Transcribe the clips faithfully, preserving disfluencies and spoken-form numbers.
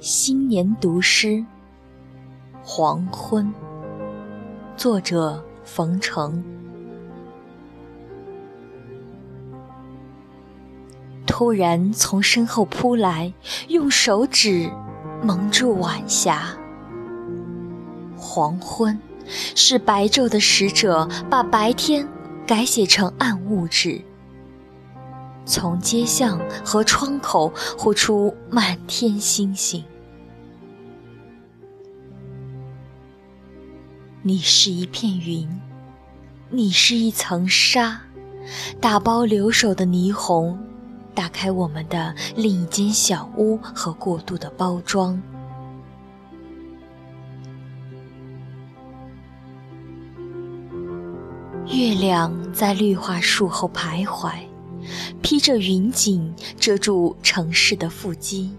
新年读诗，黄昏，作者冯程。突然从身后扑来，用手指蒙住晚霞。黄昏是白昼的使者，把白天改写成暗物质，从街巷和窗口呼出满天星星。你是一片云，你是一层纱，打包留守的霓虹，打开我们的另一间小屋和过度的包装。月亮在绿化树后徘徊，披着云锦遮住城市的腹肌。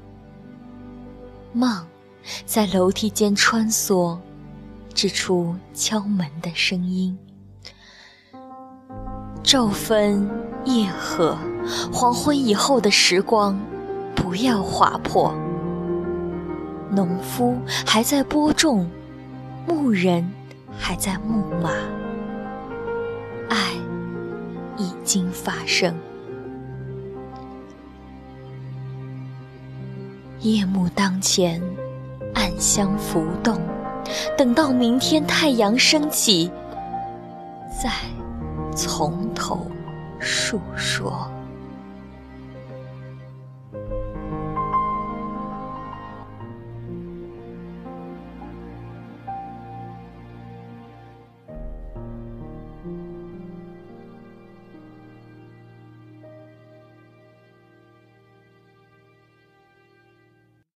梦在楼梯间穿梭，织出敲门的声音。昼分夜合，黄昏以后的时光不要划破。农夫还在播种，牧人还在牧马，爱已经发生。夜幕当前，暗香浮动，等到明天太阳升起，再从头述说。